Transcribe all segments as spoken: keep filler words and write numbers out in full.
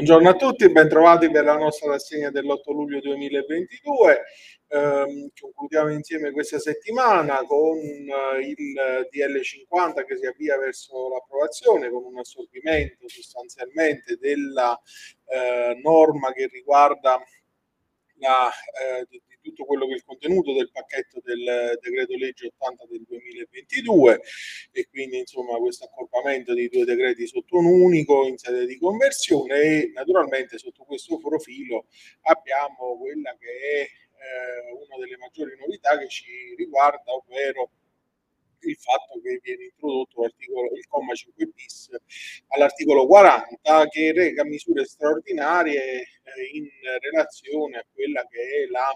Buongiorno a tutti, bentrovati per la nostra rassegna dell'otto luglio duemilaventidue. Ehm, concludiamo insieme questa settimana con eh, il D L cinquanta che si avvia verso l'approvazione, con un assorbimento sostanzialmente della eh, norma che riguarda la, eh, di, di tutto quello che è il contenuto del pacchetto del decreto legge ottanta del duemilaventidue, e quindi insomma questo accorpamento dei due decreti sotto un unico in sede di conversione. E naturalmente sotto questo profilo abbiamo quella che è eh, una delle maggiori novità che ci riguarda, ovvero il fatto che viene introdotto l'articolo, il comma cinque bis all'articolo quaranta, che reca misure straordinarie eh, in relazione a quella che è la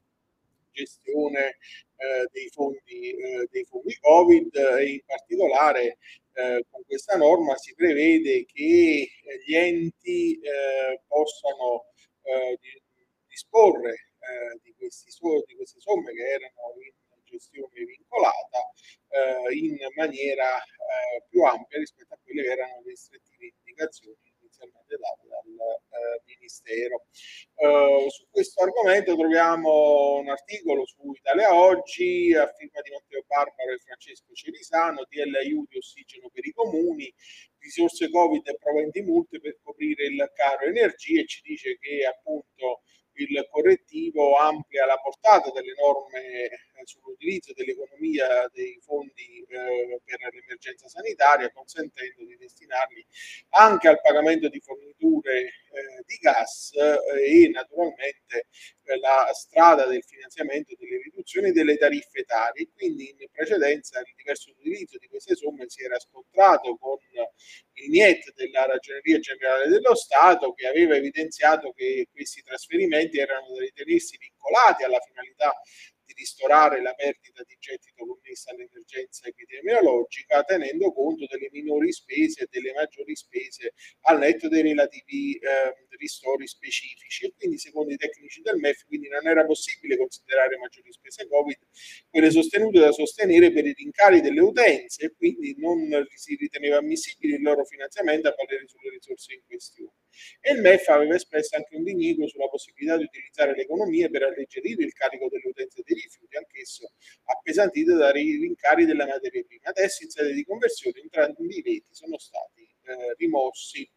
gestione eh, dei fondi eh, dei fondi Covid, e in particolare eh, con questa norma si prevede che eh, gli enti eh, possano eh, di, disporre eh, di, questi, di queste somme che erano in gestione vincolata eh, in maniera eh, più ampia rispetto a quelle che erano le restrittive indicazioni inizialmente date dal eh, Ministero. Uh, su questo argomento troviamo un articolo su Italia Oggi a firma di Matteo Barbaro e Francesco Cerisano. D L aiuti ossigeno per i comuni, risorse Covid e proventi multe per coprire il caro energie. Ci dice che appunto il correttivo amplia la portata delle norme eh, sull'utilizzo dell'economia dei fondi eh, per l'emergenza sanitaria, consentendo di destinarli anche al pagamento di forniture eh, di gas eh, e naturalmente eh, la strada del finanziamento delle riduzioni delle tariffe tarie. Quindi in precedenza il diverso utilizzo di queste somme si era scontrato con il N I E T della Ragioneria Generale dello Stato, che aveva evidenziato che questi trasferimenti erano da ritenersi vincolati alla finalità di ristorare la perdita di gettito connessa all'emergenza epidemiologica, tenendo conto delle minori spese e delle maggiori spese al netto dei relativi eh, ristori specifici. E quindi secondo i tecnici del M E F quindi non era possibile considerare maggiori spese Covid quelle sostenute da sostenere per i rincari delle utenze, e quindi non si riteneva ammissibile il loro finanziamento a valere sulle risorse in questione. E il M E F aveva espresso anche un diniego sulla possibilità di utilizzare le economie per alleggerire il carico delle utenze dei rifiuti, anch'esso appesantito dai rincari della materia prima. Adesso in sede di conversione entrambi i veti sono stati eh, rimossi.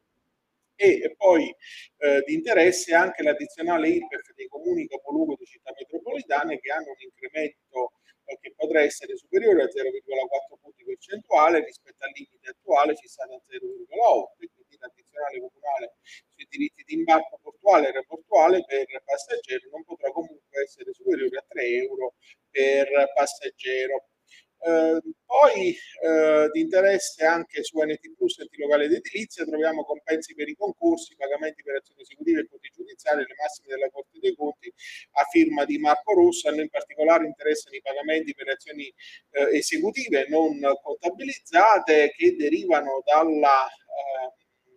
E poi eh, di interesse anche l'addizionale I R P E F dei comuni capoluogo di città metropolitane, che hanno un incremento eh, che potrà essere superiore a zero virgola quattro punti percentuali rispetto al limite attuale fissato a zero virgola otto, e quindi l'addizionale comunale sui diritti di imbarco portuale e reportuale per passeggero non potrà comunque essere superiore a tre euro per passeggero. Eh, poi eh, di interesse anche su N T Plus, enti locali ed edilizia, troviamo compensi per i concorsi, pagamenti per azioni esecutive e conti giudiziari, le massime della Corte dei Conti a firma di Marco Rosso. A noi in particolare interessano i pagamenti per azioni eh, esecutive non contabilizzate, che derivano dalla eh,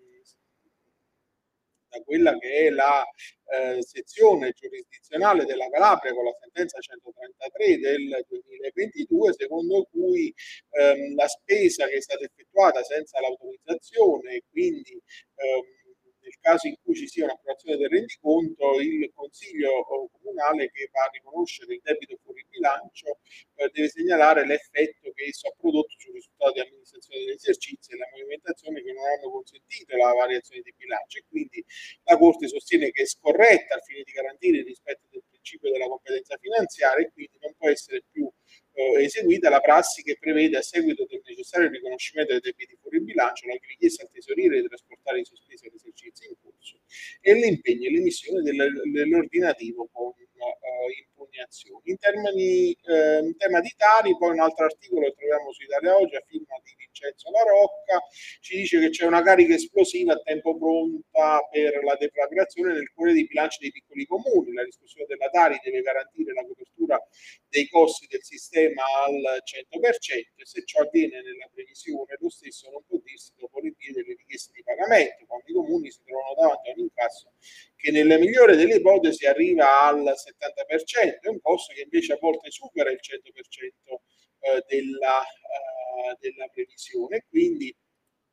da quella che è la eh, sezione giurisdizionale della Calabria con la sentenza centotrentatré del duemilaventidue, secondo cui ehm, la spesa che è stata effettuata senza l'autorizzazione, e quindi ehm, nel caso in cui ci sia un'approvazione del rendiconto, il Consiglio comunale che va a riconoscere il debito fuori bilancio eh, deve segnalare l'effetto che esso ha prodotto sul risultato di amministrazione dell'esercizio e la movimentazione che non hanno consentito la variazione di bilancio. E quindi la Corte sostiene che è scorretta al fine di garantire il rispetto del principio della competenza finanziaria, e quindi non può essere più eh, eseguita la prassi che prevede, a seguito del necessario riconoscimento dei debiti fuori bilancio, la richiesta al tesoriere di trasportare i sospesi all'esercizio in corso e l'impegno e l'emissione dell'ordinativo con eh, impugnazioni. In, termini, eh, in tema di Tari, poi un altro articolo che troviamo su Italia Oggi a firma di Vincenzo La Rocca ci dice che c'è una carica esplosiva a tempo pronta per la deflagrazione nel cuore dei bilanci dei piccoli comuni. La riscossione della Tari deve garantire la copertura dei costi del sistema al cento per cento, e se ciò avviene nella previsione, lo stesso non può dirsi dopo l'invio delle richieste di pagamento, quando i comuni si trovano davanti a un incasso che nella migliore delle ipotesi arriva al settanta per cento, e un costo che invece a volte supera il cento per cento eh, della, eh, della previsione. Quindi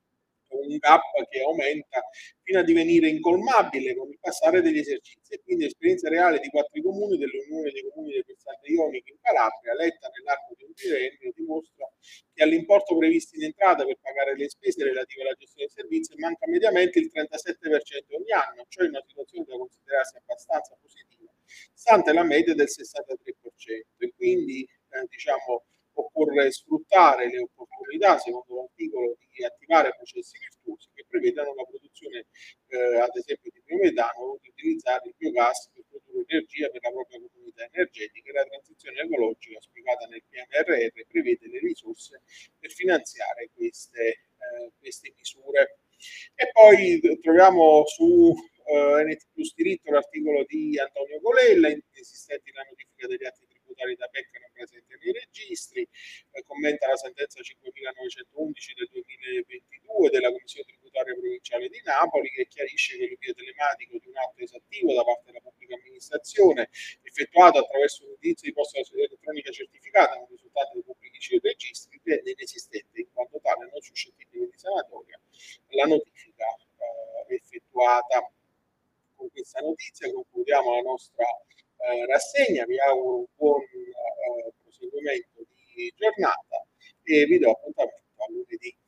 un gap che aumenta fino a divenire incolmabile con il passare degli esercizi. E quindi l'esperienza reale di quattro comuni dell'Unione dei Comuni del versante ionico in Calabria, letta nell'arco di un triennio, dimostra che all'importo previsto in entrata per pagare le spese relative alla gestione del servizio manca mediamente il trentasette per cento ogni anno, cioè una situazione da considerarsi abbastanza positiva, stante la media del sessantatré per cento. E quindi eh, diciamo occorre sfruttare le opportunità, secondo l'articolo, di attivare processi virtuosi che prevedano la produzione, eh, ad esempio, di biometano o di utilizzare il biogas per produrre energia per la propria comunità energetica. E la transizione ecologica, spiegata nel P N R R, prevede le risorse per finanziare queste, eh, queste misure. E poi troviamo su eh, N T Plus Diritto l'articolo di Antonio Colella, esistenti la notifica degli atti tributari da P E C non presenti nei registri, eh, commenta la sentenza cinquemilanovecentoundici del duemilaventidue della Commissione Tributaria Provinciale di Napoli, che chiarisce che l'invio telematico di un atto esattivo da parte della pubblica amministrazione effettuato attraverso un utilizzo di posta elettronica certificata non risultante dei pubblici registri rende inesistente, in quanto tale non suscettibile di sanatoria la notifica eh, effettuata. Con questa notizia concludiamo la nostra eh, rassegna, vi auguro un buon eh, proseguimento di giornata e vi do appuntamento a lunedì.